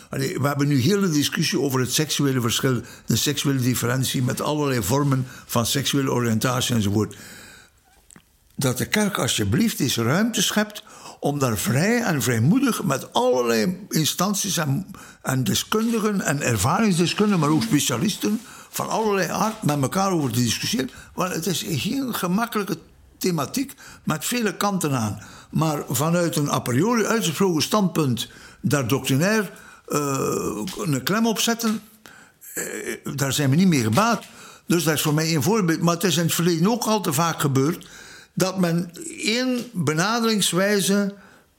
We hebben nu heel de discussie over het seksuele verschil, de seksuele differentie met allerlei vormen van seksuele oriëntatie enzovoort. Dat de kerk alsjeblieft eens ruimte schept om daar vrij en vrijmoedig met allerlei instanties en deskundigen en ervaringsdeskundigen, maar ook specialisten van allerlei aard met elkaar over te discussiëren. Want het is geen gemakkelijke thematiek met vele kanten aan. Maar vanuit een a priori uitgesproken standpunt daar doctrinair een klem op zetten, daar zijn we niet mee gebaat. Dus dat is voor mij een voorbeeld. Maar het is in het verleden ook al te vaak gebeurd dat men één benaderingswijze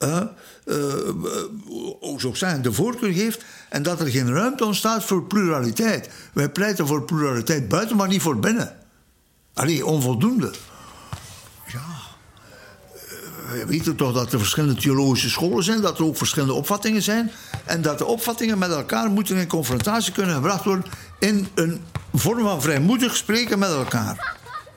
hoe zou ik zeggen, de voorkeur geeft en dat er geen ruimte ontstaat voor pluraliteit. Wij pleiten voor pluraliteit buiten, maar niet voor binnen. Allee, onvoldoende. Ja. We weten toch dat er verschillende theologische scholen zijn, dat er ook verschillende opvattingen zijn en dat de opvattingen met elkaar moeten in confrontatie kunnen gebracht worden in een vorm van vrijmoedig spreken met elkaar.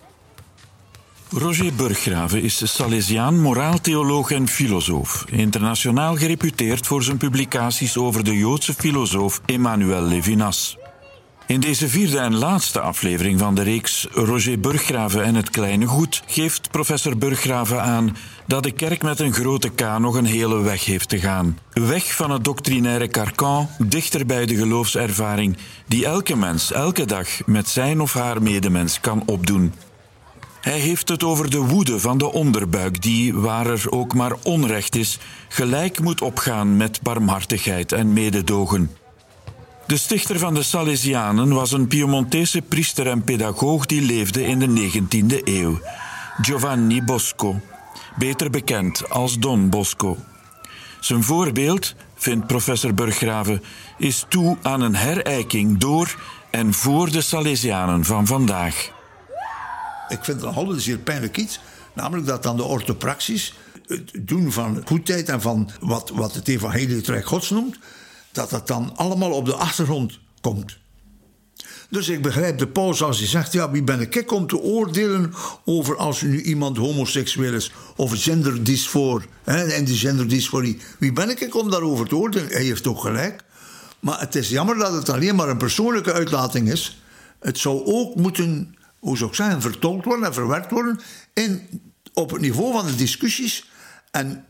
Roger Burggraven is Salesiaan, moraaltheoloog en filosoof. Internationaal gereputeerd voor zijn publicaties over de Joodse filosoof Emmanuel Levinas. In deze vierde en laatste aflevering van de reeks Roger Burggraven en het kleine goed geeft professor Burggraven aan dat de kerk met een grote K nog een hele weg heeft te gaan. Weg van het doctrinaire carcan, dichter bij de geloofservaring die elke mens elke dag met zijn of haar medemens kan opdoen. Hij heeft het over de woede van de onderbuik die, waar er ook maar onrecht is, gelijk moet opgaan met barmhartigheid en mededogen. De stichter van de Salesianen was een Piemontese priester en pedagoog die leefde in de 19e eeuw. Giovanni Bosco, beter bekend als Don Bosco. Zijn voorbeeld, vindt professor Burggraven, is toe aan een herijking door en voor de Salesianen van vandaag. Ik vind het nog altijd zeer pijnlijk iets, namelijk dat dan de orthopraxis, het doen van goedheid en van wat het evangelie het Rijk Gods noemt, dat dat dan allemaal op de achtergrond komt. Dus ik begrijp de paus als hij zegt, ja, wie ben ik om te oordelen over als nu iemand homoseksueel is of genderdysfoor, en die genderdysforie. Wie ben ik om daarover te oordelen? Hij heeft ook gelijk. Maar het is jammer dat het alleen maar een persoonlijke uitlating is. Het zou ook moeten, hoe zou ik zeggen, vertolkt worden en verwerkt worden op het niveau van de discussies en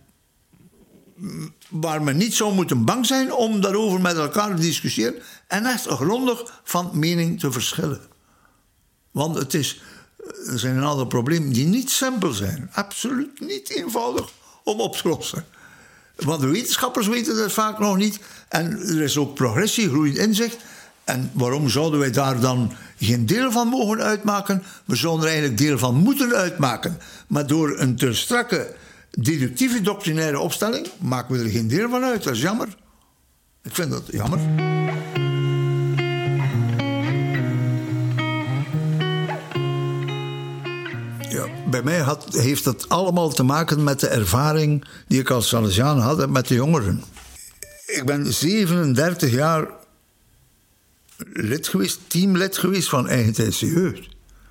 waar men niet zou moeten bang zijn om daarover met elkaar te discussiëren en echt grondig van mening te verschillen. Want er zijn een aantal problemen die niet simpel zijn. Absoluut niet eenvoudig om op te lossen. Want de wetenschappers weten dat vaak nog niet. En er is ook progressie, groeiend inzicht. En waarom zouden wij daar dan geen deel van mogen uitmaken? We zouden er eigenlijk deel van moeten uitmaken. Maar door een te strakke deductieve doctrinaire opstelling maken we er geen deel van uit. Dat is jammer. Ik vind dat jammer. Ja, bij mij heeft dat allemaal te maken met de ervaring die ik als Salesiaan had met de jongeren. Ik ben 37 jaar lid geweest, teamlid geweest van Eigentijdse Jeugd.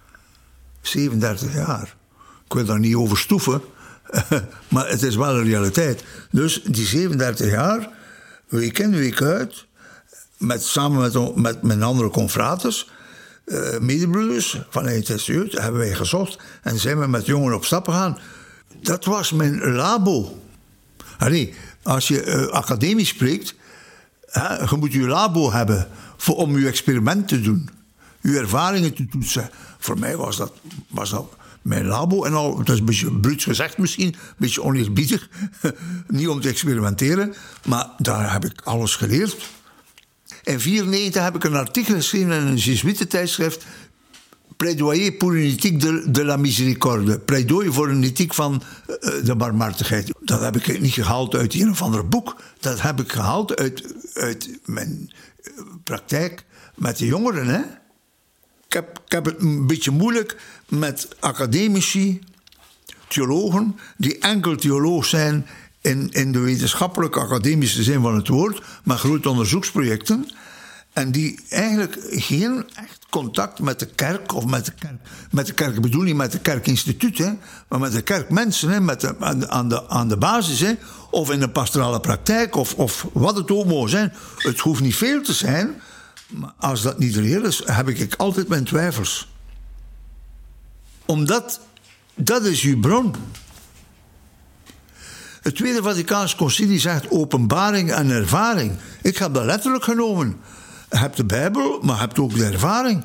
37 jaar. Ik wil daar niet over stoeven, maar het is wel een realiteit. Dus die 37 jaar, week in, week uit, samen met mijn andere confraters, medebroeders van Eigentijdse Jeugd, hebben wij gezocht en zijn we met jongeren op stap gegaan. Dat was mijn labo. Allee, als je academisch spreekt, je moet je labo hebben om je experiment te doen, je ervaringen te toetsen. Voor mij was dat mijn labo en al. Dat is een beetje bruuts gezegd misschien, een beetje oneerbiedig, niet om te experimenteren, maar daar heb ik alles geleerd. In 1994 heb ik een artikel geschreven in een Jesuiten-tijdschrift, Plaidoyer pour une éthique de la miséricorde. Pleidooi voor een ethiek van de barmhartigheid. Dat heb ik niet gehaald uit een of ander boek. Dat heb ik gehaald uit mijn praktijk met de jongeren. Hè? Ik heb het een beetje moeilijk met academici, theologen, die enkel theoloog zijn in de wetenschappelijke academische zin van het woord, maar grote onderzoeksprojecten. En die eigenlijk geen echt contact met de kerk, of met de kerk, ik bedoel niet met de kerkinstituut, hè, maar met de kerkmensen, hè, aan de basis, hè, of in de pastorale praktijk, of wat het ook moet zijn. Het hoeft niet veel te zijn, maar als dat niet reëel is, heb ik altijd mijn twijfels. Omdat, dat is uw bron. Het Tweede Vaticaans Concilie zegt openbaring en ervaring. Ik heb dat letterlijk genomen. Je hebt de Bijbel, maar je hebt ook de ervaring.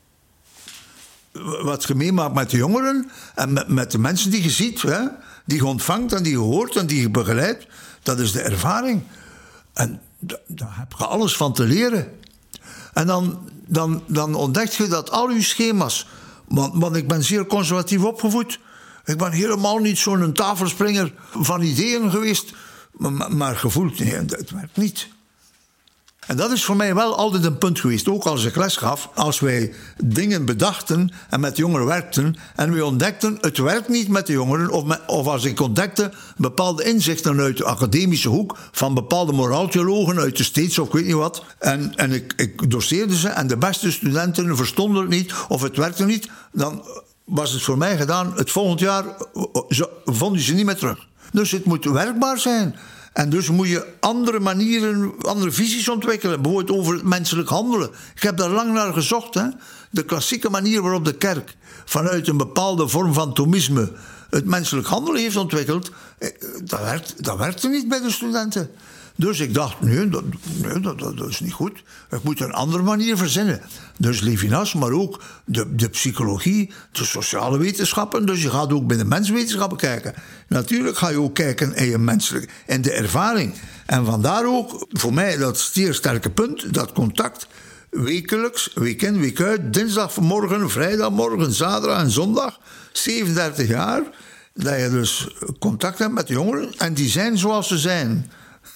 Wat je meemaakt met de jongeren en met de mensen die je ziet, hè, die je ontvangt en die je hoort en die je begeleidt, dat is de ervaring. En daar heb je alles van te leren. En dan ontdek je dat al je schema's, want ik ben zeer conservatief opgevoed. Ik ben helemaal niet zo'n tafelspringer van ideeën geweest, maar gevoeld, nee, het werkt niet. En dat is voor mij wel altijd een punt geweest, ook als ik les gaf. Als wij dingen bedachten en met jongeren werkten en we ontdekten, het werkt niet met de jongeren, of als ik ontdekte bepaalde inzichten uit de academische hoek van bepaalde moraaltheologen uit de States of ik weet niet wat, en ik doseerde ze en de beste studenten verstonden het niet of het werkte niet, dan was het voor mij gedaan. Het volgend jaar vonden ze niet meer terug. Dus het moet werkbaar zijn. En dus moet je andere manieren, andere visies ontwikkelen. Bijvoorbeeld over het menselijk handelen. Ik heb daar lang naar gezocht. Hè? De klassieke manier waarop de kerk vanuit een bepaalde vorm van Thomisme het menselijk handelen heeft ontwikkeld, dat werkte niet bij de studenten. Dus ik dacht, nee, dat is niet goed. Ik moet een andere manier verzinnen. Dus Levinas, maar ook de psychologie, de sociale wetenschappen. Dus je gaat ook bij de menswetenschappen kijken. Natuurlijk ga je ook kijken in je menselijk, in de ervaring. En vandaar ook, voor mij, dat zeer sterke punt, dat contact, wekelijks, week in, week uit, dinsdagmorgen, vrijdagmorgen, zaterdag en zondag, 37 jaar, dat je dus contact hebt met de jongeren en die zijn zoals ze zijn.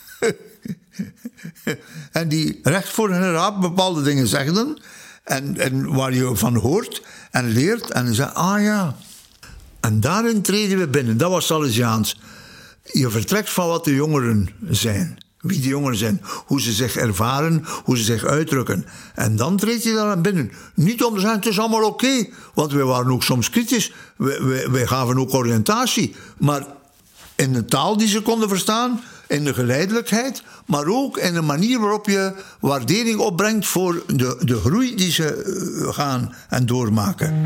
En die recht voor hun raap bepaalde dingen zeggen en waar je van hoort en leert en zegt, ah ja. En daarin treden we binnen, dat was Salesiaans. Je vertrekt van wat de jongeren zijn, wie de jongeren zijn, hoe ze zich ervaren, hoe ze zich uitdrukken. En dan treed je daar aan binnen. Niet om te zeggen, het is allemaal oké, want wij waren ook soms kritisch, wij gaven ook oriëntatie, maar in de taal die ze konden verstaan, in de geleidelijkheid, maar ook in de manier waarop je waardering opbrengt voor de groei die ze gaan en doormaken.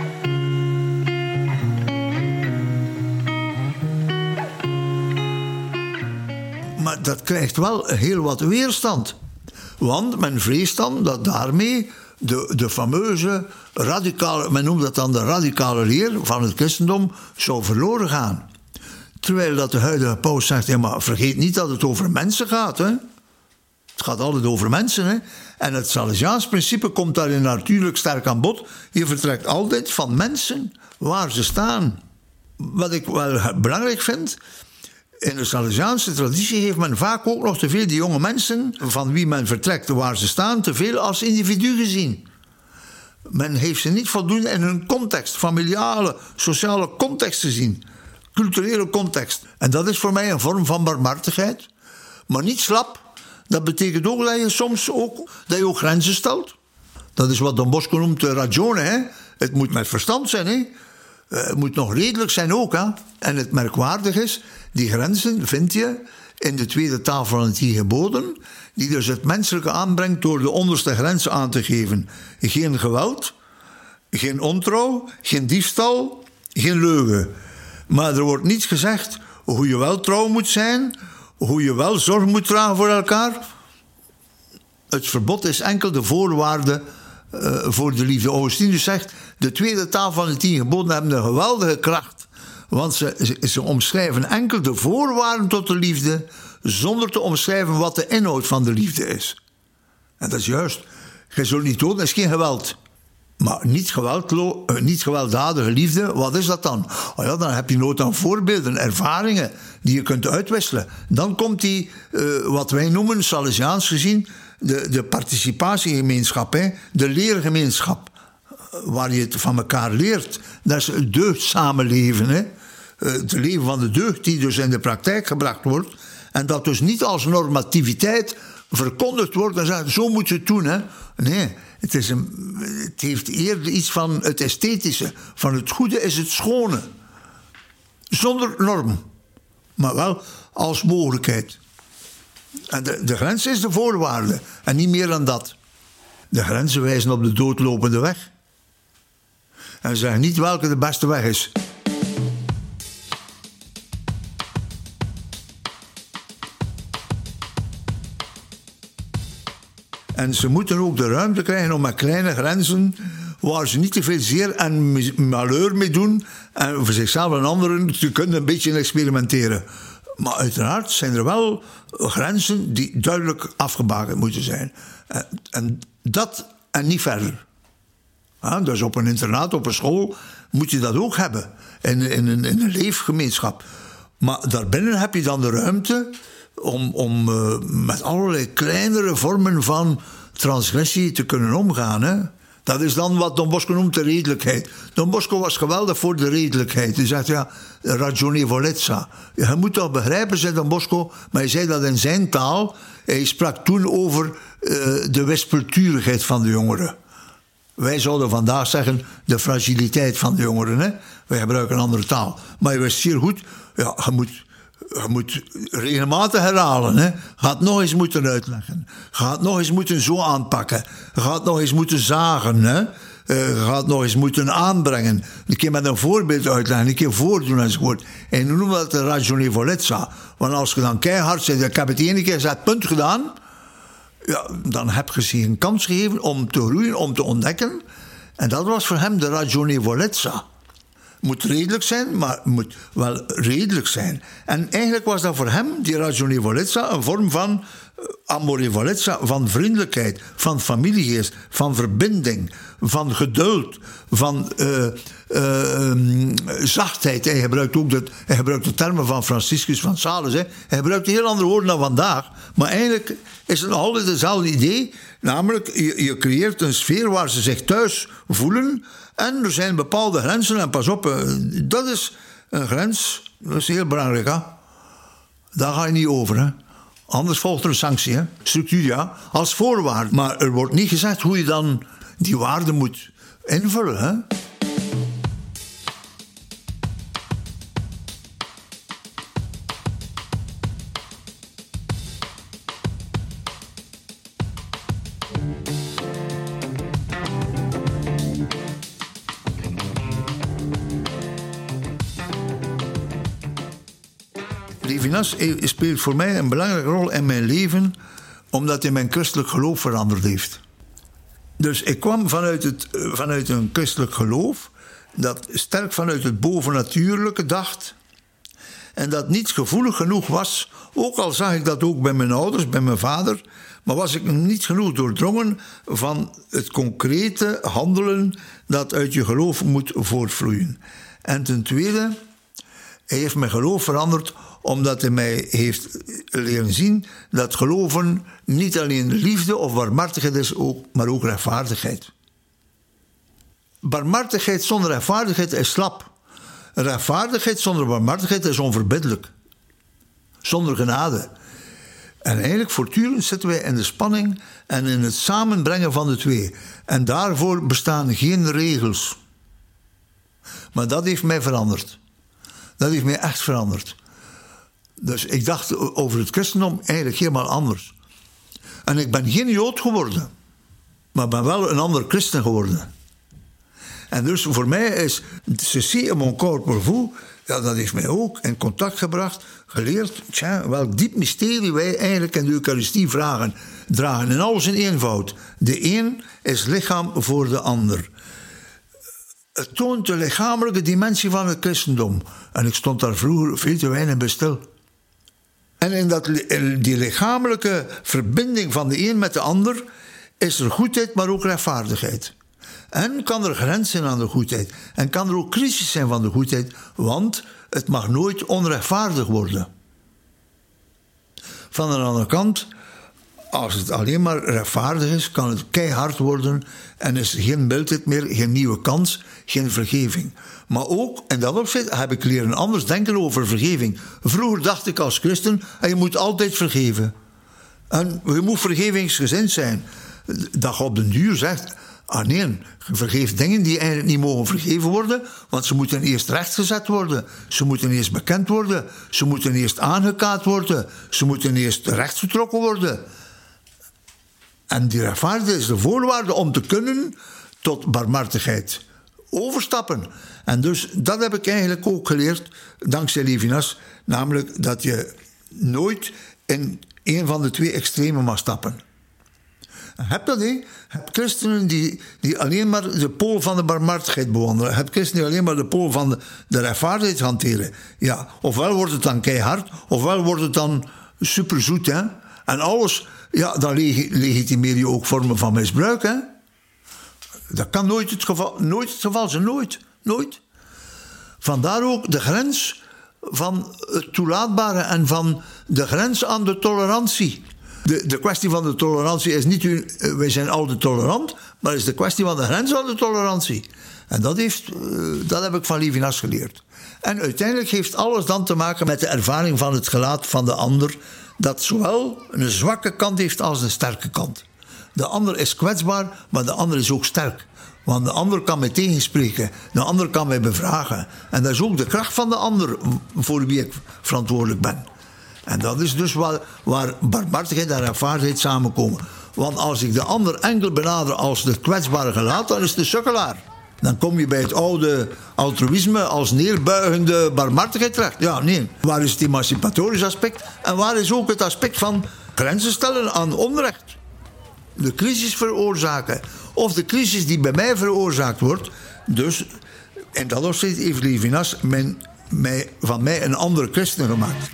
Maar dat krijgt wel heel wat weerstand. Want men vreest dan dat daarmee de fameuze radicale, men noemt dat dan de radicale leer van het christendom, zou verloren gaan. Terwijl dat de huidige paus zegt, ja, maar vergeet niet dat het over mensen gaat. Hè? Het gaat altijd over mensen. Hè? En het Salesiaans principe komt daarin natuurlijk sterk aan bod. Je vertrekt altijd van mensen waar ze staan. Wat ik wel belangrijk vind, in de Salesiaanse traditie heeft men vaak ook nog te veel die jonge mensen van wie men vertrekt waar ze staan, te veel als individu gezien. Men heeft ze niet voldoende in hun context, familiale, sociale context gezien. Culturele context. En dat is voor mij een vorm van barmhartigheid. Maar niet slap. Dat betekent ook dat je soms ook grenzen stelt. Dat is wat Don Bosco noemt ragione. Hè? Het moet met verstand zijn. Hè? Het moet nog redelijk zijn ook. Hè? En het merkwaardig is, die grenzen vind je in de tweede tafel van de 10 geboden, die dus het menselijke aanbrengt door de onderste grenzen aan te geven. Geen geweld, geen ontrouw, geen diefstal, geen leugen. Maar er wordt niets gezegd hoe je wel trouw moet zijn, hoe je wel zorg moet dragen voor elkaar. Het verbod is enkel de voorwaarde voor de liefde. Augustinus zegt, de tweede tafel van de 10 geboden hebben een geweldige kracht. Want ze omschrijven enkel de voorwaarden tot de liefde, zonder te omschrijven wat de inhoud van de liefde is. En dat is juist. Je zult niet doden, dat is geen geweld. Maar niet gewelddadige liefde, wat is dat dan? Oh ja, dan heb je nood aan voorbeelden, ervaringen die je kunt uitwisselen. Dan komt die, wat wij noemen, Salesiaans gezien, de participatiegemeenschap, hè? De leergemeenschap, waar je het van elkaar leert. Dat is het deugdzame leven, hè? Het leven van de deugd die dus in de praktijk gebracht wordt. En dat dus niet als normativiteit verkondigd wordt en zegt, zo moet je het doen. Hè? Nee, het heeft eerder iets van het esthetische. Van het goede is het schone. Zonder norm. Maar wel als mogelijkheid. En de grens is de voorwaarde. En niet meer dan dat. De grenzen wijzen op de doodlopende weg. En zeggen niet welke de beste weg is. En ze moeten ook de ruimte krijgen om met kleine grenzen, waar ze niet te veel zeer en malheur mee doen, en voor zichzelf en anderen te kunnen een beetje experimenteren. Maar uiteraard zijn er wel grenzen die duidelijk afgebakend moeten zijn. En dat en niet verder. Ja, dus op een internaat, op een school, moet je dat ook hebben. In een leefgemeenschap. Maar daarbinnen heb je dan de ruimte om met allerlei kleinere vormen van transgressie te kunnen omgaan. Hè? Dat is dan wat Don Bosco noemt de redelijkheid. Don Bosco was geweldig voor de redelijkheid. Hij zegt, ja, ragionevolezza. Je moet dat begrijpen, zei Don Bosco, maar hij zei dat in zijn taal. Hij sprak toen over de wispelturigheid van de jongeren. Wij zouden vandaag zeggen de fragiliteit van de jongeren. Hè? Wij gebruiken een andere taal. Maar je wist zeer goed, ja, je moet regelmatig herhalen. Hè? Je gaat nog eens moeten uitleggen. Je gaat nog eens moeten zo aanpakken. Je gaat nog eens moeten zagen. Hè? Je gaat nog eens moeten aanbrengen. Een keer met een voorbeeld uitleggen. Een keer voordoen enzovoort. En we noemen dat de ragionevolezza. Want als je dan keihard zegt, ik heb het ene keer gezegd, punt gedaan. Ja, dan heb je ze een kans gegeven om te groeien, om te ontdekken. En dat was voor hem de ragionevolezza. Moet redelijk zijn, maar moet wel redelijk zijn. En eigenlijk was dat voor hem, die ragionevolezza, een vorm van amorevolezza, van vriendelijkheid, van familiegeest, van verbinding, van geduld, van zachtheid. Hij gebruikt de termen van Franciscus van Sales. Hè. Hij gebruikt heel andere woorden dan vandaag. Maar eigenlijk is het nog altijd hetzelfde idee. Namelijk, je creëert een sfeer waar ze zich thuis voelen. En er zijn bepaalde grenzen. En pas op, dat is een grens. Dat is heel belangrijk. Hè? Daar ga je niet over. Hè? Anders volgt er een sanctie. Hè? Structuur, ja. Als voorwaarde. Maar er wordt niet gezegd hoe je dan die waarde moet invullen. Hè? Levinas speelt voor mij een belangrijke rol in mijn leven, omdat hij mijn christelijk geloof veranderd heeft. Dus ik kwam vanuit een christelijk geloof dat sterk vanuit het bovennatuurlijke dacht en dat niet gevoelig genoeg was, ook al zag ik dat ook bij mijn ouders, bij mijn vader, maar was ik niet genoeg doordrongen van het concrete handelen dat uit je geloof moet voortvloeien. En ten tweede, hij heeft mijn geloof veranderd omdat hij mij heeft leren zien dat geloven niet alleen liefde of barmhartigheid is, maar ook rechtvaardigheid. Barmhartigheid zonder rechtvaardigheid is slap. Rechtvaardigheid zonder barmhartigheid is onverbiddelijk. Zonder genade. En eigenlijk voortdurend zitten wij in de spanning en in het samenbrengen van de twee. En daarvoor bestaan geen regels. Maar dat heeft mij veranderd. Dat heeft mij echt veranderd. Dus ik dacht over het christendom eigenlijk helemaal anders. En ik ben geen Jood geworden. Maar ben wel een ander christen geworden. En dus voor mij is ceci en mon corps pour vous, ja, dat heeft mij ook in contact gebracht, geleerd, welk diep mysterie wij eigenlijk in de Eucharistie dragen. En alles in eenvoud. De een is lichaam voor de ander. Het toont de lichamelijke dimensie van het christendom. En ik stond daar vroeger veel te weinig bij stil. En in die lichamelijke verbinding van de een met de ander is er goedheid, maar ook rechtvaardigheid. En kan er grens zijn aan de goedheid. En kan er ook crisis zijn van de goedheid, want het mag nooit onrechtvaardig worden. Van de andere kant, als het alleen maar rechtvaardig is, kan het keihard worden en is er geen mildheid meer, geen nieuwe kans, geen vergeving. Maar ook, in dat opzicht, heb ik leren anders denken over vergeving. Vroeger dacht ik als christen, je moet altijd vergeven. En je moet vergevingsgezind zijn. Dat je op den duur zegt... nee, je vergeeft dingen die eigenlijk niet mogen vergeven worden, want ze moeten eerst rechtgezet worden. Ze moeten eerst bekend worden. Ze moeten eerst aangekaart worden. Ze moeten eerst rechtgetrokken worden. En die rechtvaardigheid is de voorwaarde om te kunnen tot barmhartigheid overstappen. En dus dat heb ik eigenlijk ook geleerd, dankzij Levinas, namelijk dat je nooit in een van de twee extremen mag stappen. Heb dat, hè? Heb christenen die alleen maar de pool van de barmhartigheid bewandelen. Heb christenen die alleen maar de pool van de rechtvaardigheid hanteren. Ja, ofwel wordt het dan keihard, ofwel wordt het dan superzoet, hè? En alles, ja, dan legitimeer je ook vormen van misbruik, hè? Dat kan nooit het geval zijn, nooit. Vandaar ook de grens van het toelaatbare en van de grens aan de tolerantie. De kwestie van de tolerantie is niet... wij zijn altijd tolerant, maar is de kwestie van de grens aan de tolerantie. En dat heb ik van Levinas geleerd. En uiteindelijk heeft alles dan te maken met de ervaring van het gelaat van de ander, dat zowel een zwakke kant heeft als een sterke kant. De ander is kwetsbaar, maar de ander is ook sterk. Want de ander kan mij tegenspreken, de ander kan mij bevragen. En dat is ook de kracht van de ander voor wie ik verantwoordelijk ben. En dat is dus waar barmhartigheid en rechtvaardigheid samenkomen. Want als ik de ander enkel benader als de kwetsbare gelaat, dan is het de sukkelaar. Dan kom je bij het oude altruïsme als neerbuigende barmhartigheid terecht. Ja, nee. Waar is het emancipatorisch aspect? En waar is ook het aspect van grenzen stellen aan onrecht? De crisis veroorzaken. Of de crisis die bij mij veroorzaakt wordt. Dus, in dat opzicht heeft Levinas van mij een andere christen gemaakt.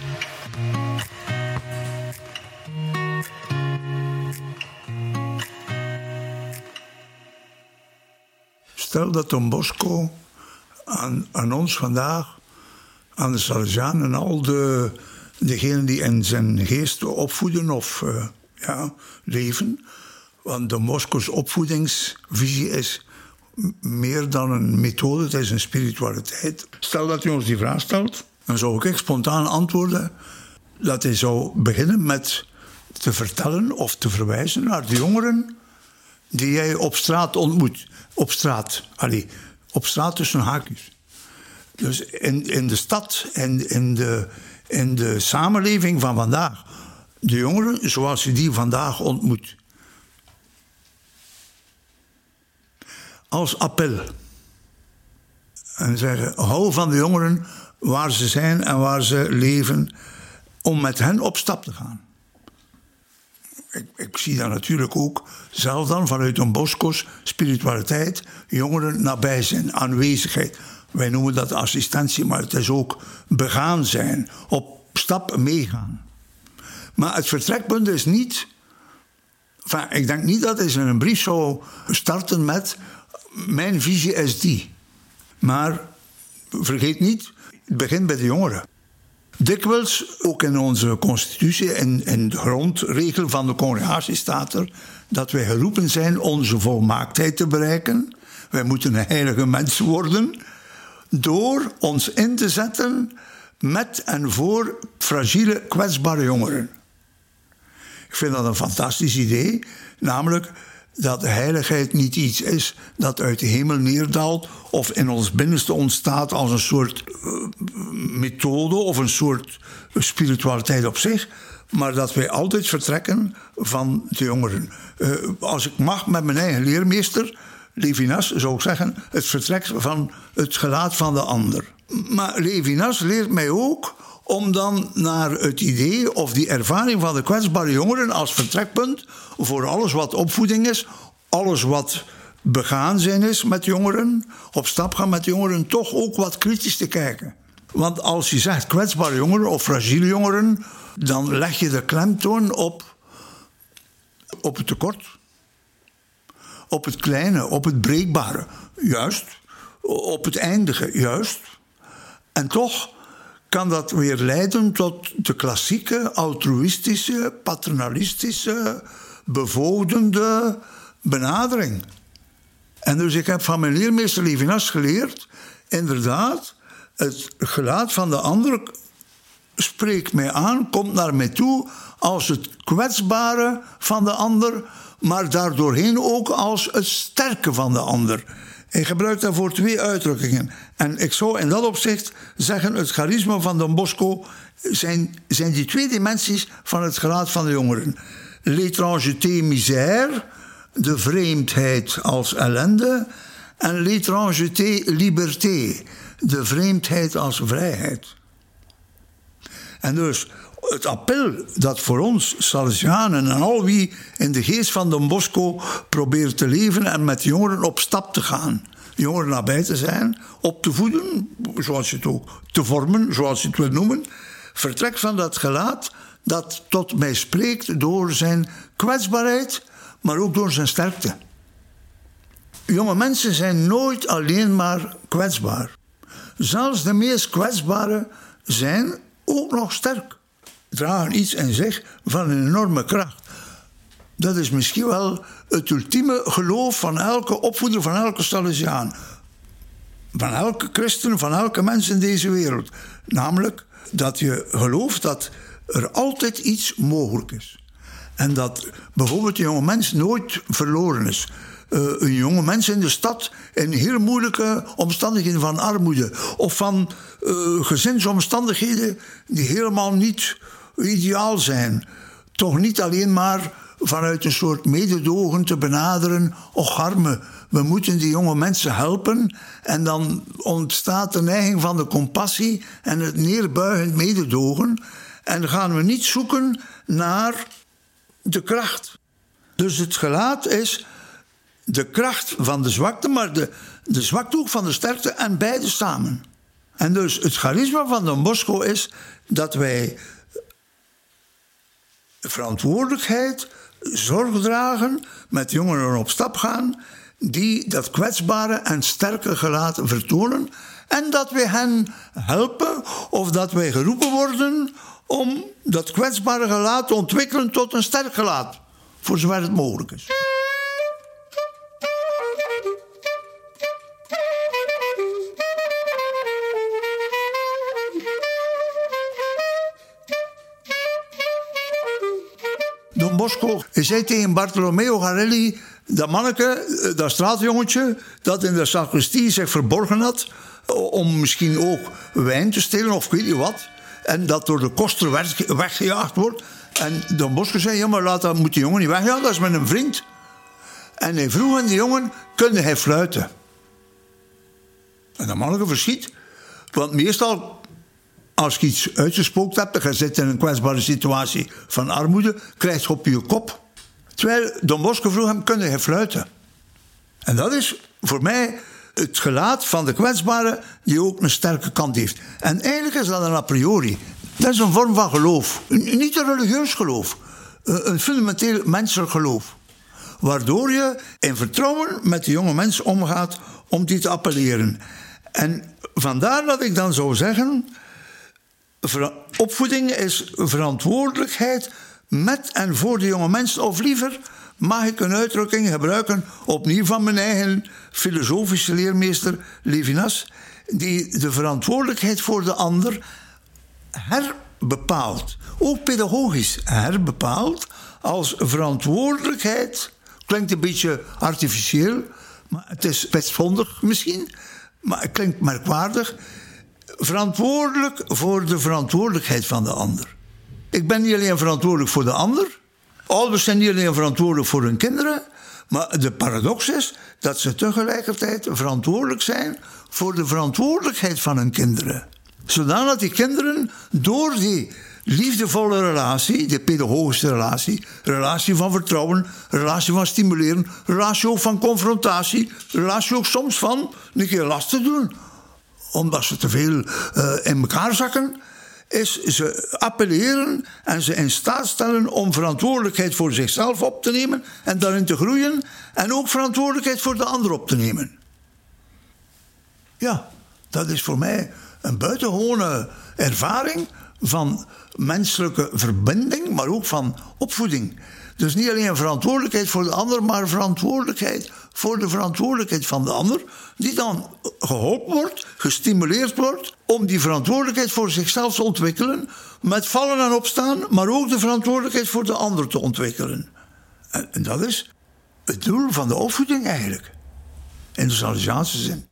Stel dat Don Bosco aan ons vandaag, aan de Salesianen en al degenen die in zijn geest opvoeden of leven. Want Don Bosco's opvoedingsvisie is meer dan een methode, het is een spiritualiteit. Stel dat hij ons die vraag stelt, dan zou ik spontaan antwoorden dat hij zou beginnen met te vertellen of te verwijzen naar de jongeren die jij op straat ontmoet. Op straat tussen haakjes. Dus in de stad en in de samenleving van vandaag. De jongeren zoals je die vandaag ontmoet. Als appel. En zeggen, hou van de jongeren waar ze zijn en waar ze leven, om met hen op stap te gaan. Ik zie dat natuurlijk ook zelf dan vanuit Don Bosco's spiritualiteit, jongeren nabij zijn, aanwezigheid. Wij noemen dat assistentie, maar het is ook begaan zijn, op stap meegaan. Maar het vertrekpunt is niet... ik denk niet dat hij in een brief zou starten met... mijn visie is die. Maar vergeet niet, het begint bij de jongeren. Dikwijls, ook in onze constitutie, in de grondregel van de congregatie staat er dat wij geroepen zijn onze volmaaktheid te bereiken. Wij moeten een heilige mens worden door ons in te zetten met en voor fragiele, kwetsbare jongeren. Ik vind dat een fantastisch idee, namelijk dat de heiligheid niet iets is dat uit de hemel neerdaalt of in ons binnenste ontstaat als een soort methode of een soort spiritualiteit op zich, maar dat wij altijd vertrekken van de jongeren. Als ik mag met mijn eigen leermeester, Levinas, zou ik zeggen, het vertrek van het gelaat van de ander. Maar Levinas leert mij ook om dan naar het idee of die ervaring van de kwetsbare jongeren als vertrekpunt voor alles wat opvoeding is, alles wat begaan zijn is met jongeren, op stap gaan met jongeren, toch ook wat kritisch te kijken. Want als je zegt kwetsbare jongeren of fragiele jongeren, dan leg je de klemtoon op het tekort. Op het kleine, op het breekbare, juist. Op het eindige, juist. En toch kan dat weer leiden tot de klassieke, altruïstische, paternalistische, bevoogdende benadering. En dus ik heb van mijn leermeester Levinas geleerd, inderdaad, het gelaat van de ander spreekt mij aan, komt naar mij toe als het kwetsbare van de ander, maar daardoorheen ook als het sterke van de ander. Hij gebruikt daarvoor 2 uitdrukkingen. En ik zou in dat opzicht zeggen, het charisma van Don Bosco zijn die 2 dimensies van het gelaat van de jongeren. L'étrangeté misère, de vreemdheid als ellende, en l'étrangeté liberté, de vreemdheid als vrijheid. En dus het appel dat voor ons, Salesianen en al wie in de geest van Don Bosco probeert te leven en met jongeren op stap te gaan. Jongeren nabij te zijn, op te voeden, zoals je het ook, te vormen, zoals je het wil noemen. Vertrekt van dat gelaat dat tot mij spreekt door zijn kwetsbaarheid, maar ook door zijn sterkte. Jonge mensen zijn nooit alleen maar kwetsbaar. Zelfs de meest kwetsbare zijn ook nog sterk. Dragen iets in zich van een enorme kracht. Dat is misschien wel het ultieme geloof van elke opvoeder, van elke Salesiaan. Van elke christen, van elke mens in deze wereld. Namelijk dat je gelooft dat er altijd iets mogelijk is. En dat bijvoorbeeld een jonge mens nooit verloren is. Een jonge mens in de stad in heel moeilijke omstandigheden van armoede of van gezinsomstandigheden die helemaal niet ideaal zijn. Toch niet alleen maar vanuit een soort mededogen te benaderen. Och arme, we moeten die jonge mensen helpen. En dan ontstaat de neiging van de compassie en het neerbuigend mededogen. En gaan we niet zoeken naar de kracht. Dus het gelaat is de kracht van de zwakte, maar de zwakte ook van de sterkte en beide samen. En dus het charisma van Don Bosco is dat wij verantwoordelijkheid, zorg dragen, met jongeren op stap gaan, die dat kwetsbare en sterke gelaat vertonen, en dat wij hen helpen of dat wij geroepen worden om dat kwetsbare gelaat te ontwikkelen tot een sterk gelaat, voor zover het mogelijk is. Don Bosco zei tegen Bartolomeo Garelli, dat manneke, dat straatjongetje, dat in de sacristie zich verborgen had, om misschien ook wijn te stelen of ik weet niet wat, en dat door de koster weggejaagd wordt. En Don Bosco zei, ja, maar moet die jongen niet weggaan, dat is met een vriend. En hij vroeg aan die jongen, kunde hij fluiten? En dat manneke verschiet, want meestal, als je iets uitgespookt hebt en je zit in een kwetsbare situatie van armoede, krijg je op je kop. Terwijl Don Bosco vroeg hem, kun je fluiten? En dat is voor mij het gelaat van de kwetsbare die ook een sterke kant heeft. En eigenlijk is dat een a priori. Dat is een vorm van geloof. Niet een religieus geloof. Een fundamenteel menselijk geloof. Waardoor je in vertrouwen met de jonge mens omgaat om die te appelleren. En vandaar dat ik dan zou zeggen, opvoeding is verantwoordelijkheid met en voor de jonge mensen. Of liever mag ik een uitdrukking gebruiken, opnieuw van mijn eigen filosofische leermeester Levinas, die de verantwoordelijkheid voor de ander herbepaalt. Ook pedagogisch herbepaalt als verantwoordelijkheid. Klinkt een beetje artificieel, maar het is pestvondig misschien, maar het klinkt merkwaardig. Verantwoordelijk voor de verantwoordelijkheid van de ander. Ik ben niet alleen verantwoordelijk voor de ander. Ouders zijn niet alleen verantwoordelijk voor hun kinderen. Maar de paradox is dat ze tegelijkertijd verantwoordelijk zijn voor de verantwoordelijkheid van hun kinderen. Zodat die kinderen door die liefdevolle relatie, die pedagogische relatie van vertrouwen, relatie van stimuleren, relatie ook van confrontatie, relatie ook soms van een keer last te doen, omdat ze te veel in elkaar zakken, is ze appelleren en ze in staat stellen om verantwoordelijkheid voor zichzelf op te nemen en daarin te groeien en ook verantwoordelijkheid voor de ander op te nemen. Ja, dat is voor mij een buitengewone ervaring van menselijke verbinding, maar ook van opvoeding. Dus niet alleen verantwoordelijkheid voor de ander, maar verantwoordelijkheid voor de verantwoordelijkheid van de ander, die dan geholpen wordt, gestimuleerd wordt om die verantwoordelijkheid voor zichzelf te ontwikkelen, met vallen en opstaan, maar ook de verantwoordelijkheid voor de ander te ontwikkelen. En dat is het doel van de opvoeding eigenlijk, in de Salesiaanse zin.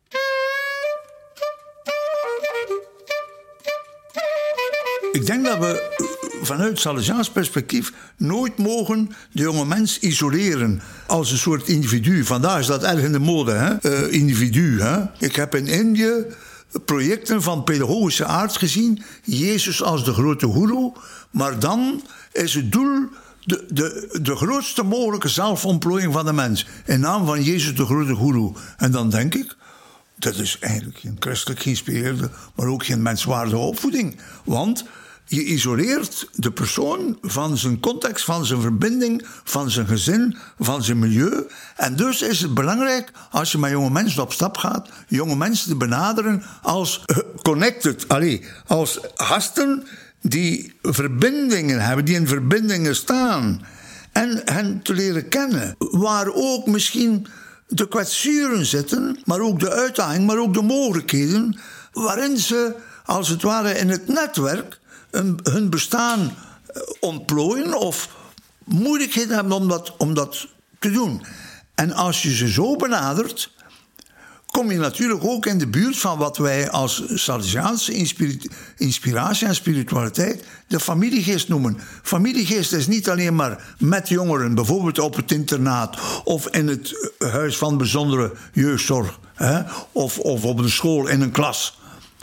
Ik denk dat we vanuit Salesiaans perspectief nooit mogen de jonge mens isoleren als een soort individu. Vandaag is dat erg in de mode, hè? Individu. Hè? Ik heb in Indië projecten van pedagogische aard gezien, Jezus als de grote goeroe, maar dan is het doel de grootste mogelijke zelfontplooiing van de mens in naam van Jezus de grote goeroe. En dan denk ik, dat is eigenlijk geen christelijk geïnspireerde, maar ook geen menswaardige opvoeding. Want je isoleert de persoon van zijn context, van zijn verbinding, van zijn gezin, van zijn milieu. En dus is het belangrijk, als je met jonge mensen op stap gaat, jonge mensen te benaderen als connected, als gasten die verbindingen hebben, die in verbindingen staan. En hen te leren kennen, waar ook misschien de kwetsuren zitten, maar ook de uitdaging, maar ook de mogelijkheden, waarin ze, als het ware in het netwerk, hun bestaan ontplooien of moeilijkheden hebben om dat te doen. En als je ze zo benadert, kom je natuurlijk ook in de buurt van wat wij als Salesiaanse inspiratie en spiritualiteit de familiegeest noemen. Familiegeest is niet alleen maar met jongeren, bijvoorbeeld op het internaat of in het huis van bijzondere jeugdzorg, hè, of op de school in een klas.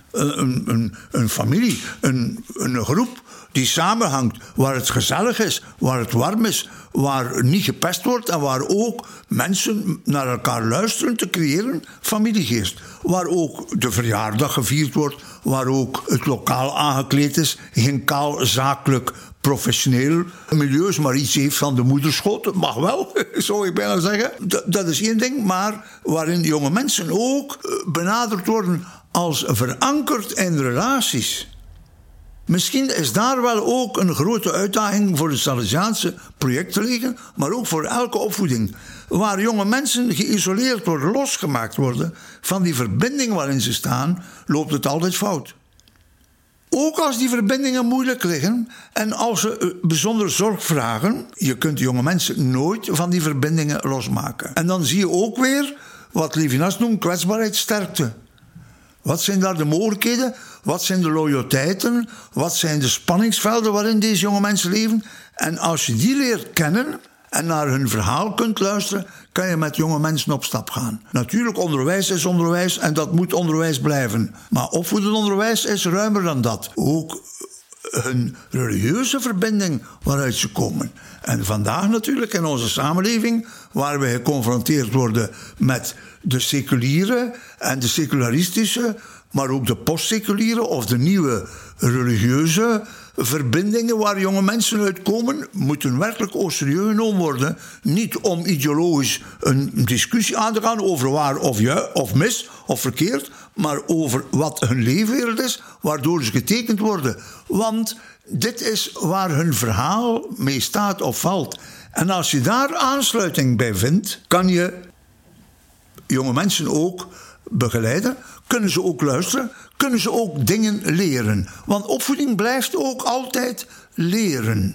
Een familie, een groep die samenhangt, waar het gezellig is, waar het warm is, waar niet gepest wordt en waar ook mensen naar elkaar luisteren te creëren, familiegeest. Waar ook de verjaardag gevierd wordt, waar ook het lokaal aangekleed is, geen kaal, zakelijk, professioneel milieus, maar iets heeft van de moederschoot. Dat mag wel, zou ik bijna zeggen. Dat is één ding, maar waarin jonge mensen ook benaderd worden als verankerd in relaties. Misschien is daar wel ook een grote uitdaging voor de Salesiaanse projecten liggen, maar ook voor elke opvoeding. Waar jonge mensen geïsoleerd worden, losgemaakt worden van die verbinding waarin ze staan, loopt het altijd fout. Ook als die verbindingen moeilijk liggen en als ze bijzondere zorg vragen, je kunt jonge mensen nooit van die verbindingen losmaken. En dan zie je ook weer wat Levinas noemt kwetsbaarheidssterkte. Wat zijn daar de mogelijkheden? Wat zijn de loyaliteiten? Wat zijn de spanningsvelden waarin deze jonge mensen leven? En als je die leert kennen en naar hun verhaal kunt luisteren, kan je met jonge mensen op stap gaan. Natuurlijk, onderwijs is onderwijs en dat moet onderwijs blijven. Maar opvoedend onderwijs is ruimer dan dat. Ook hun religieuze verbinding waaruit ze komen. En vandaag natuurlijk in onze samenleving, waar we geconfronteerd worden met de seculiere en de secularistische, maar ook de postseculiere of de nieuwe religieuze verbindingen waar jonge mensen uitkomen, moeten werkelijk ook serieus genomen worden. Niet om ideologisch een discussie aan te gaan over waar of ja, of mis of verkeerd, maar over wat hun leefwereld is, waardoor ze getekend worden. Want dit is waar hun verhaal mee staat of valt. En als je daar aansluiting bij vindt, kan je jonge mensen ook begeleiden, kunnen ze ook luisteren, kunnen ze ook dingen leren. Want opvoeding blijft ook altijd leren.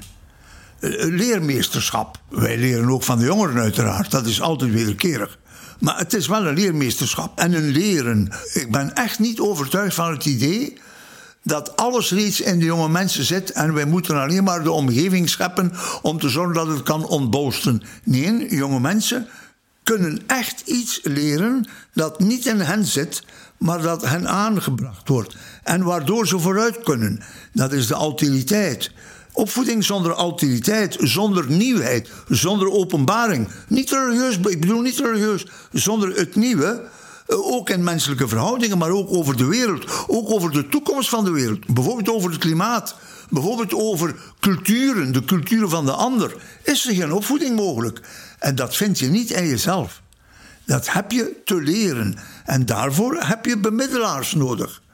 Leermeesterschap. Wij leren ook van de jongeren uiteraard, dat is altijd wederkerig. Maar het is wel een leermeesterschap en een leren. Ik ben echt niet overtuigd van het idee dat alles reeds in de jonge mensen zit en wij moeten alleen maar de omgeving scheppen om te zorgen dat het kan ontbolsteren. Nee, jonge mensen kunnen echt iets leren dat niet in hen zit, maar dat hen aangebracht wordt. En waardoor ze vooruit kunnen. Dat is de alteriteit. Opvoeding zonder alteriteit, zonder nieuwheid, zonder openbaring. Niet religieus, ik bedoel niet religieus, zonder het nieuwe. Ook in menselijke verhoudingen, maar ook over de wereld. Ook over de toekomst van de wereld. Bijvoorbeeld over het klimaat. Bijvoorbeeld over culturen, de culturen van de ander. Is er geen opvoeding mogelijk? En dat vind je niet in jezelf. Dat heb je te leren. En daarvoor heb je bemiddelaars nodig.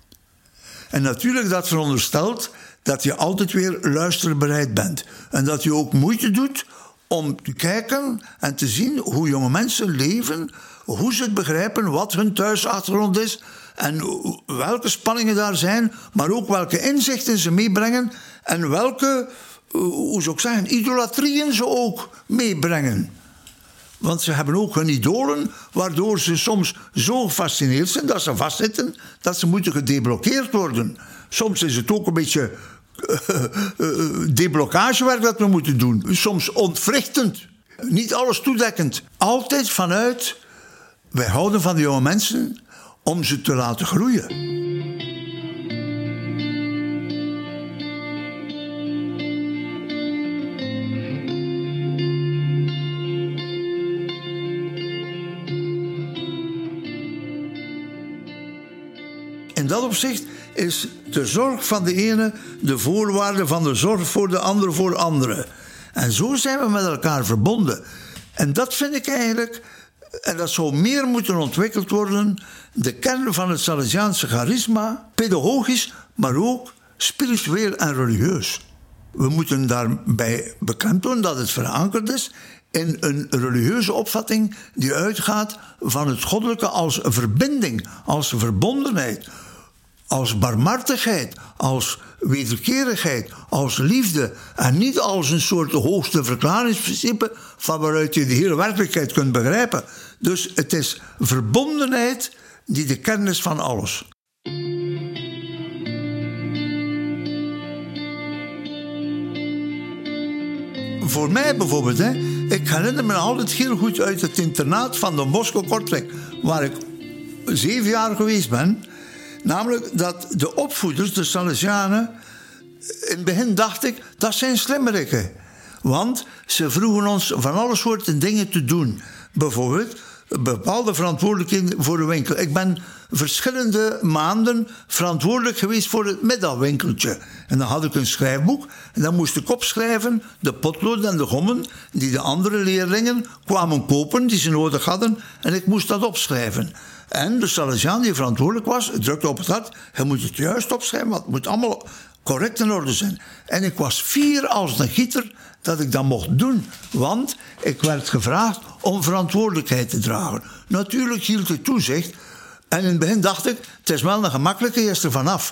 En natuurlijk dat veronderstelt dat je altijd weer luisterbereid bent. En dat je ook moeite doet om te kijken en te zien hoe jonge mensen leven, hoe ze het begrijpen, wat hun thuisachtergrond is en welke spanningen daar zijn, maar ook welke inzichten ze meebrengen en welke, hoe zou ik zeggen, idolatrieën ze ook meebrengen. Want ze hebben ook hun idolen, waardoor ze soms zo gefascineerd zijn dat ze vastzitten, dat ze moeten gedeblokkeerd worden. Soms is het ook een beetje deblokkagewerk dat we moeten doen. Soms ontwrichtend, niet alles toedekkend. Altijd vanuit, wij houden van de jonge mensen om ze te laten groeien. In dat opzicht is de zorg van de ene de voorwaarde van de zorg voor de ander voor anderen. En zo zijn we met elkaar verbonden. En dat vind ik eigenlijk, en dat zou meer moeten ontwikkeld worden, de kern van het Salesiaanse charisma, pedagogisch, maar ook spiritueel en religieus. We moeten daarbij beklemtonen dat het verankerd is in een religieuze opvatting die uitgaat van het goddelijke als een verbinding, als verbondenheid, als barmhartigheid, als wederkerigheid, als liefde en niet als een soort hoogste verklaringsprincipe van waaruit je de hele werkelijkheid kunt begrijpen. Dus het is verbondenheid die de kern is van alles. Voor mij bijvoorbeeld, ik herinner me altijd heel goed uit het internaat van Don Bosco Kortrijk, waar ik 7 jaar geweest ben. Namelijk dat de opvoeders, de Salesianen, in het begin dacht ik, dat zijn slimmerikken. Want ze vroegen ons van alle soorten dingen te doen. Bijvoorbeeld bepaalde verantwoordelijkheden voor de winkel. Ik ben verschillende maanden verantwoordelijk geweest voor het middagwinkeltje. En dan had ik een schrijfboek en dan moest ik opschrijven de potloden en de gommen die de andere leerlingen kwamen kopen, die ze nodig hadden. En ik moest dat opschrijven. En de Salesiaan die verantwoordelijk was, drukte op het hart, je moet het juist opschrijven, want het moet allemaal correct in orde zijn. En ik was fier als een gieter dat ik dat mocht doen, want ik werd gevraagd om verantwoordelijkheid te dragen. Natuurlijk hield ik toezicht en in het begin dacht ik, het is wel een gemakkelijke, je is er vanaf.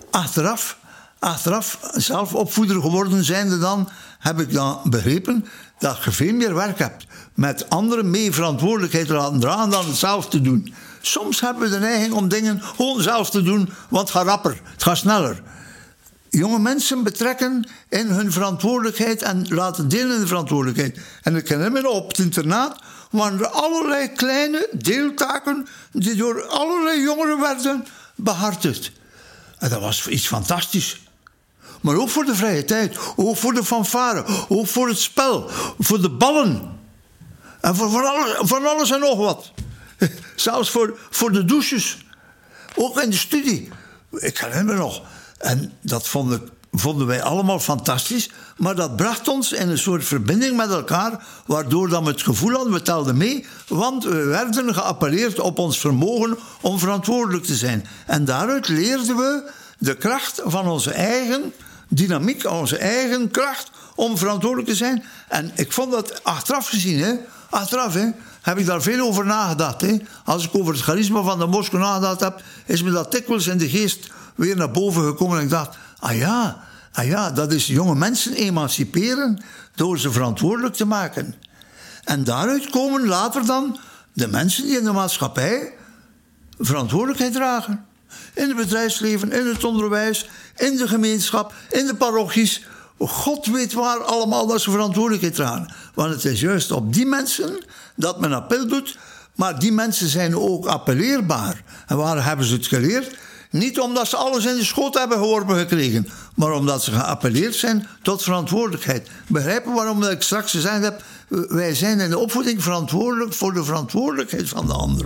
Achteraf, zelf opvoeder geworden zijnde dan, heb ik dan begrepen dat je veel meer werk hebt met anderen mee verantwoordelijkheid te laten dragen dan het zelf te doen. Soms hebben we de neiging om dingen gewoon zelf te doen, want het gaat rapper, het gaat sneller. Jonge mensen betrekken in hun verantwoordelijkheid en laten delen in de verantwoordelijkheid. En ik herinner me op het internaat waren er allerlei kleine deeltaken die door allerlei jongeren werden behartigd. En dat was iets fantastisch. Maar ook voor de vrije tijd, ook voor de fanfare, ook voor het spel, voor de ballen. En voor alles en nog wat. Zelfs voor de douches. Ook in de studie. Ik herinner me nog. En dat vonden wij allemaal fantastisch. Maar dat bracht ons in een soort verbinding met elkaar, waardoor dan we het gevoel hadden, we telden mee, want we werden geappelleerd op ons vermogen om verantwoordelijk te zijn. En daaruit leerden we de kracht van onze eigen dynamiek, onze eigen kracht om verantwoordelijk te zijn. En ik vond dat achteraf gezien, heb ik daar veel over nagedacht. Als ik over het charisma van Don Bosco nagedacht heb, is me dat dikwijls in de geest weer naar boven gekomen. En ik dacht, ah ja, dat is jonge mensen emanciperen door ze verantwoordelijk te maken. En daaruit komen later dan de mensen die in de maatschappij verantwoordelijkheid dragen. In het bedrijfsleven, in het onderwijs, in de gemeenschap, in de parochies. God weet waar allemaal dat ze verantwoordelijkheid dragen. Want het is juist op die mensen dat men appel doet. Maar die mensen zijn ook appelleerbaar. En waar hebben ze het geleerd? Niet omdat ze alles in de schoot hebben geworpen gekregen, maar omdat ze geappelleerd zijn tot verantwoordelijkheid. Begrijpen waarom ik straks gezegd heb, wij zijn in de opvoeding verantwoordelijk voor de verantwoordelijkheid van de ander.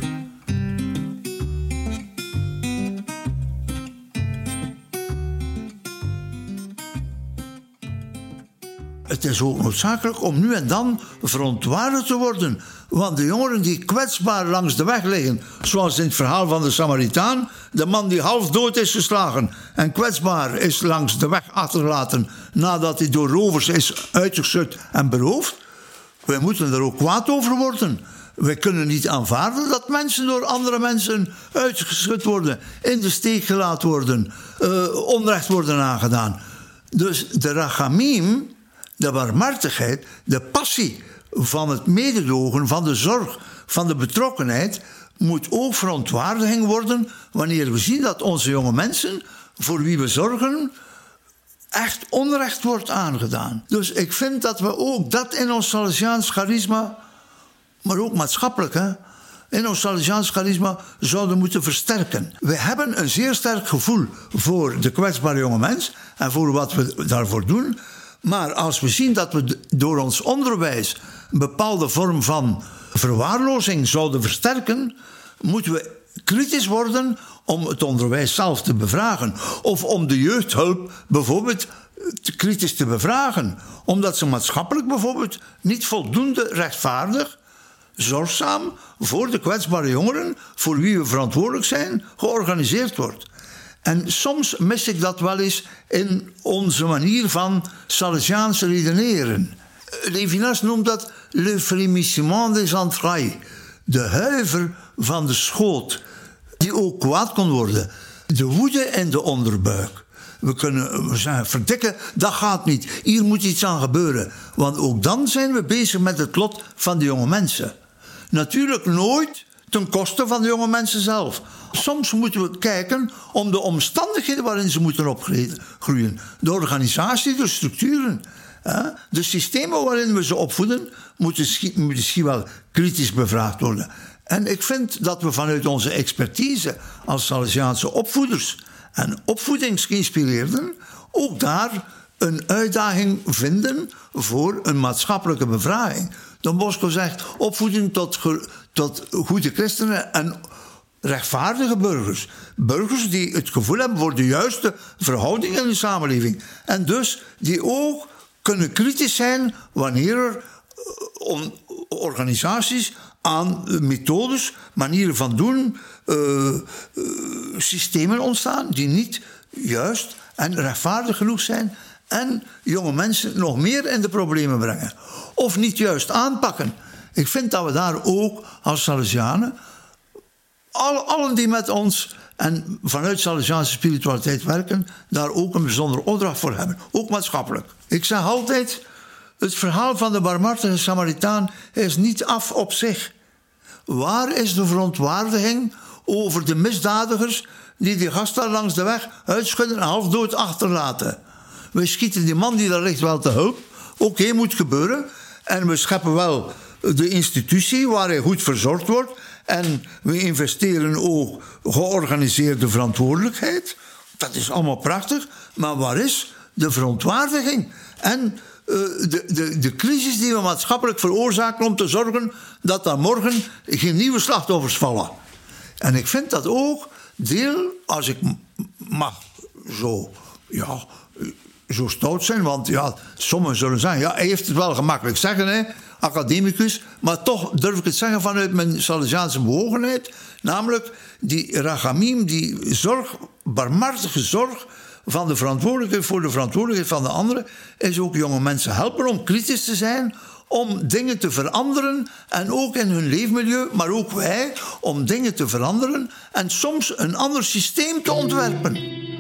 Het is ook noodzakelijk om nu en dan verontwaardigd te worden. Want de jongeren die kwetsbaar langs de weg liggen, zoals in het verhaal van de Samaritaan, de man die half dood is geslagen en kwetsbaar is langs de weg achtergelaten nadat hij door rovers is uitgeschud en beroofd. Wij moeten er ook kwaad over worden. Wij kunnen niet aanvaarden dat mensen door andere mensen uitgeschud worden, in de steek gelaten worden, onrecht worden aangedaan. Dus de rachamim, de barmhartigheid, de passie van het mededogen, van de zorg, van de betrokkenheid, moet ook verontwaardiging worden wanneer we zien dat onze jonge mensen, voor wie we zorgen, echt onrecht wordt aangedaan. Dus ik vind dat we ook dat in ons Salesiaans charisma, maar ook maatschappelijk, in ons Salesiaans charisma zouden moeten versterken. We hebben een zeer sterk gevoel voor de kwetsbare jonge mens en voor wat we daarvoor doen. Maar als we zien dat we door ons onderwijs een bepaalde vorm van verwaarlozing zouden versterken, moeten we kritisch worden om het onderwijs zelf te bevragen. Of om de jeugdhulp bijvoorbeeld kritisch te bevragen. Omdat ze maatschappelijk bijvoorbeeld niet voldoende rechtvaardig, zorgzaam voor de kwetsbare jongeren, voor wie we verantwoordelijk zijn, georganiseerd wordt. En soms mis ik dat wel eens in onze manier van Salesiaans redeneren. Levinas noemt dat le frémissement des entrailles. De huiver van de schoot, die ook kwaad kon worden. De woede in de onderbuik. We zeggen, verdikken, dat gaat niet. Hier moet iets aan gebeuren. Want ook dan zijn we bezig met het lot van de jonge mensen. Natuurlijk nooit ten koste van de jonge mensen zelf. Soms moeten we kijken om de omstandigheden waarin ze moeten opgroeien. De organisatie, de structuren. De systemen waarin we ze opvoeden, moeten misschien wel kritisch bevraagd worden. En ik vind dat we vanuit onze expertise als Salesiaanse opvoeders en opvoedingsgeïnspireerden ook daar een uitdaging vinden voor een maatschappelijke bevraging. Don Bosco zegt opvoeding tot goede christenen en rechtvaardige burgers. Burgers die het gevoel hebben voor de juiste verhoudingen in de samenleving. En dus die ook kunnen kritisch zijn wanneer er organisaties aan methodes, manieren van doen, systemen ontstaan die niet juist en rechtvaardig genoeg zijn en jonge mensen nog meer in de problemen brengen. Of niet juist aanpakken. Ik vind dat we daar ook als Salesianen, allen die met ons en vanuit Salesiaanse spiritualiteit werken, daar ook een bijzondere opdracht voor hebben. Ook maatschappelijk. Ik zeg altijd, het verhaal van de barmhartige Samaritaan is niet af op zich. Waar is de verontwaardiging over de misdadigers die die gasten langs de weg uitschudden en halfdood achterlaten? We schieten die man die daar ligt wel te hulp. Oké, moet gebeuren. En we scheppen wel de institutie waar hij goed verzorgd wordt. En we investeren ook georganiseerde verantwoordelijkheid. Dat is allemaal prachtig. Maar waar is de verontwaardiging? En de crisis die we maatschappelijk veroorzaken om te zorgen dat daar morgen geen nieuwe slachtoffers vallen. En ik vind dat ook deel, als ik mag zo stout zijn, want sommigen zullen zeggen, hij heeft het wel gemakkelijk zeggen, academicus, maar toch durf ik het zeggen vanuit mijn Salesiaanse bewogenheid, namelijk die rachamim, die zorg, barmhartige zorg van de verantwoordelijkheid voor de verantwoordelijkheid van de anderen, is ook jonge mensen helpen om kritisch te zijn, om dingen te veranderen en ook in hun leefmilieu, maar ook wij, om dingen te veranderen en soms een ander systeem te ontwerpen.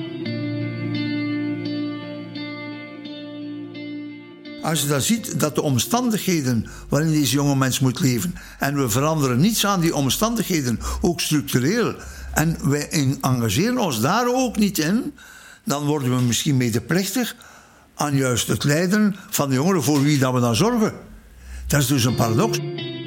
Als je dan ziet dat de omstandigheden waarin deze jonge mens moet leven, en we veranderen niets aan die omstandigheden, ook structureel, en wij engageren ons daar ook niet in, dan worden we misschien medeplichtig aan juist het lijden van de jongeren voor wie dat we dan zorgen. Dat is dus een paradox.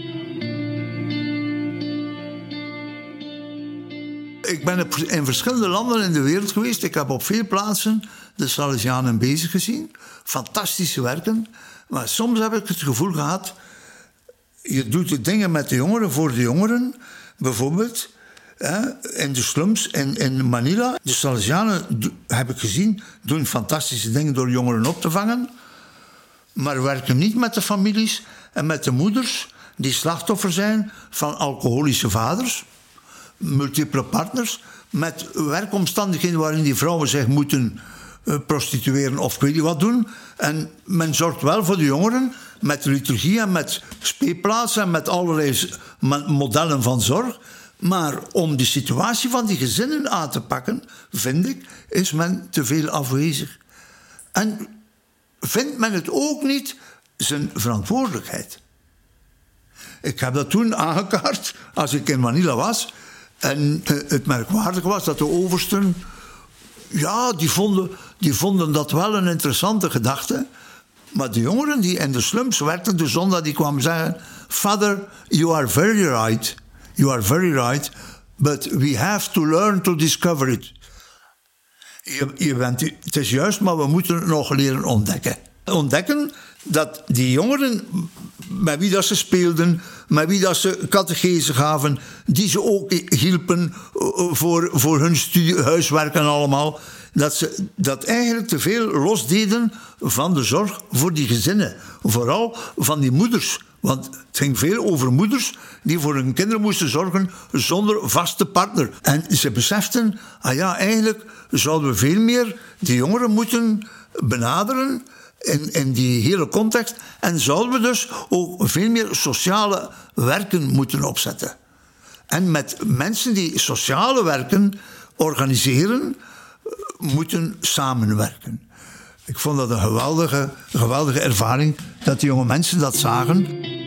Ik ben in verschillende landen in de wereld geweest. Ik heb op veel plaatsen de Salesianen bezig gezien. Fantastische werken. Maar soms heb ik het gevoel gehad, je doet de dingen met de jongeren voor de jongeren. Bijvoorbeeld in de slums in Manila. De Salesianen, heb ik gezien, doen fantastische dingen door jongeren op te vangen. Maar werken niet met de families en met de moeders die slachtoffer zijn van alcoholische vaders, multiple partners, met werkomstandigheden waarin die vrouwen zich moeten prostitueren of ik weet niet wat doen. En men zorgt wel voor de jongeren met liturgie en met speelplaatsen en met allerlei modellen van zorg. Maar om de situatie van die gezinnen aan te pakken, vind ik, is men te veel afwezig. En vindt men het ook niet zijn verantwoordelijkheid. Ik heb dat toen aangekaart als ik in Manila was. En het merkwaardige was dat de oversten, ja, die vonden dat wel een interessante gedachte. Maar de jongeren die in de slums werkten, de zondag, die kwamen zeggen: Father, you are very right. You are very right. But we have to learn to discover it. Het is juist, maar we moeten het nog leren ontdekken. Ontdekken dat die jongeren, met wie dat ze speelden, met wie dat ze catechese gaven, die ze ook hielpen voor hun huiswerk en allemaal, dat ze dat eigenlijk te veel losdeden van de zorg voor die gezinnen. Vooral van die moeders. Want het ging veel over moeders die voor hun kinderen moesten zorgen zonder vaste partner. En ze beseften, eigenlijk zouden we veel meer die jongeren moeten benaderen in die hele context. En zouden we dus ook veel meer sociale werken moeten opzetten. En met mensen die sociale werken organiseren, moeten samenwerken. Ik vond dat een geweldige ervaring, dat die jonge mensen dat zagen.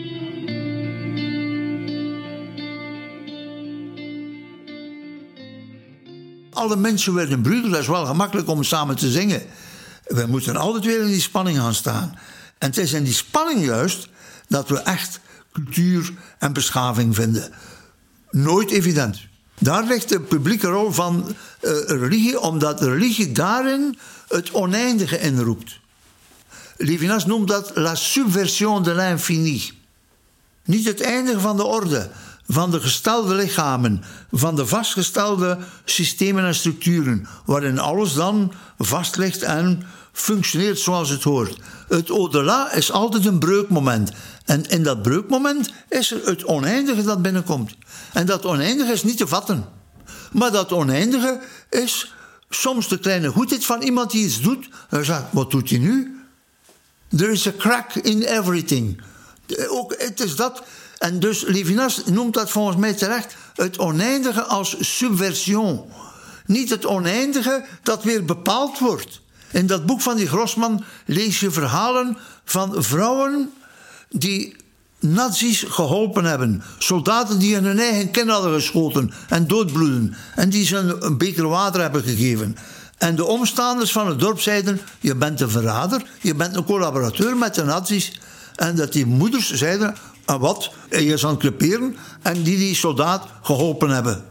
Alle mensen werden broeders, dat is wel gemakkelijk om samen te zingen. We moeten altijd weer in die spanning gaan staan. En het is in die spanning juist dat we echt cultuur en beschaving vinden. Nooit evident. Daar ligt de publieke rol van religie, omdat de religie daarin het oneindige inroept. Levinas noemt dat la subversion de l'infini. Niet het eindigen van de orde, van de gestelde lichamen, van de vastgestelde systemen en structuren, waarin alles dan vast ligt en functioneert zoals het hoort. Het au-delà is altijd een breukmoment. En in dat breukmoment is er het oneindige dat binnenkomt. En dat oneindige is niet te vatten. Maar dat oneindige is soms de kleine goedheid van iemand die iets doet. Hij zegt, wat doet hij nu? There is a crack in everything. Ook, het is dat. En dus Levinas noemt dat volgens mij terecht het oneindige als subversion. Niet het oneindige dat weer bepaald wordt. In dat boek van die Grossman lees je verhalen van vrouwen die nazi's geholpen hebben. Soldaten die in hun eigen kin hadden geschoten en doodbloeden. En die ze een beker water hebben gegeven. En de omstanders van het dorp zeiden: je bent een verrader, je bent een collaborateur met de nazi's. En dat die moeders zeiden: wat? Je is aan het creperen. En die soldaat geholpen hebben.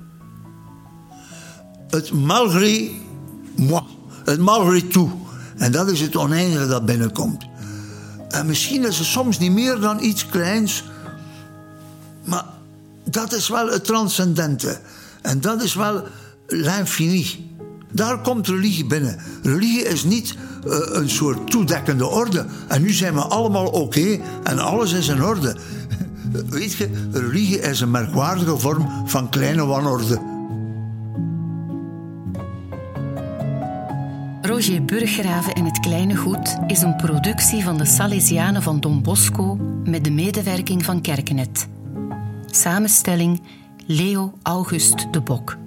Het malgré moi. Het malgré tout. En dat is het oneindige dat binnenkomt. En misschien is het soms niet meer dan iets kleins. Maar dat is wel het transcendente. En dat is wel l'infini. Daar komt religie binnen. Religie is niet een soort toedekkende orde. En nu zijn we allemaal oké en alles is in orde. Weet je, religie is een merkwaardige vorm van kleine wanorde. Roger Burggraven en het Kleine Goed is een productie van de Salesianen van Don Bosco met de medewerking van Kerkenet. Samenstelling Leo August de Bok.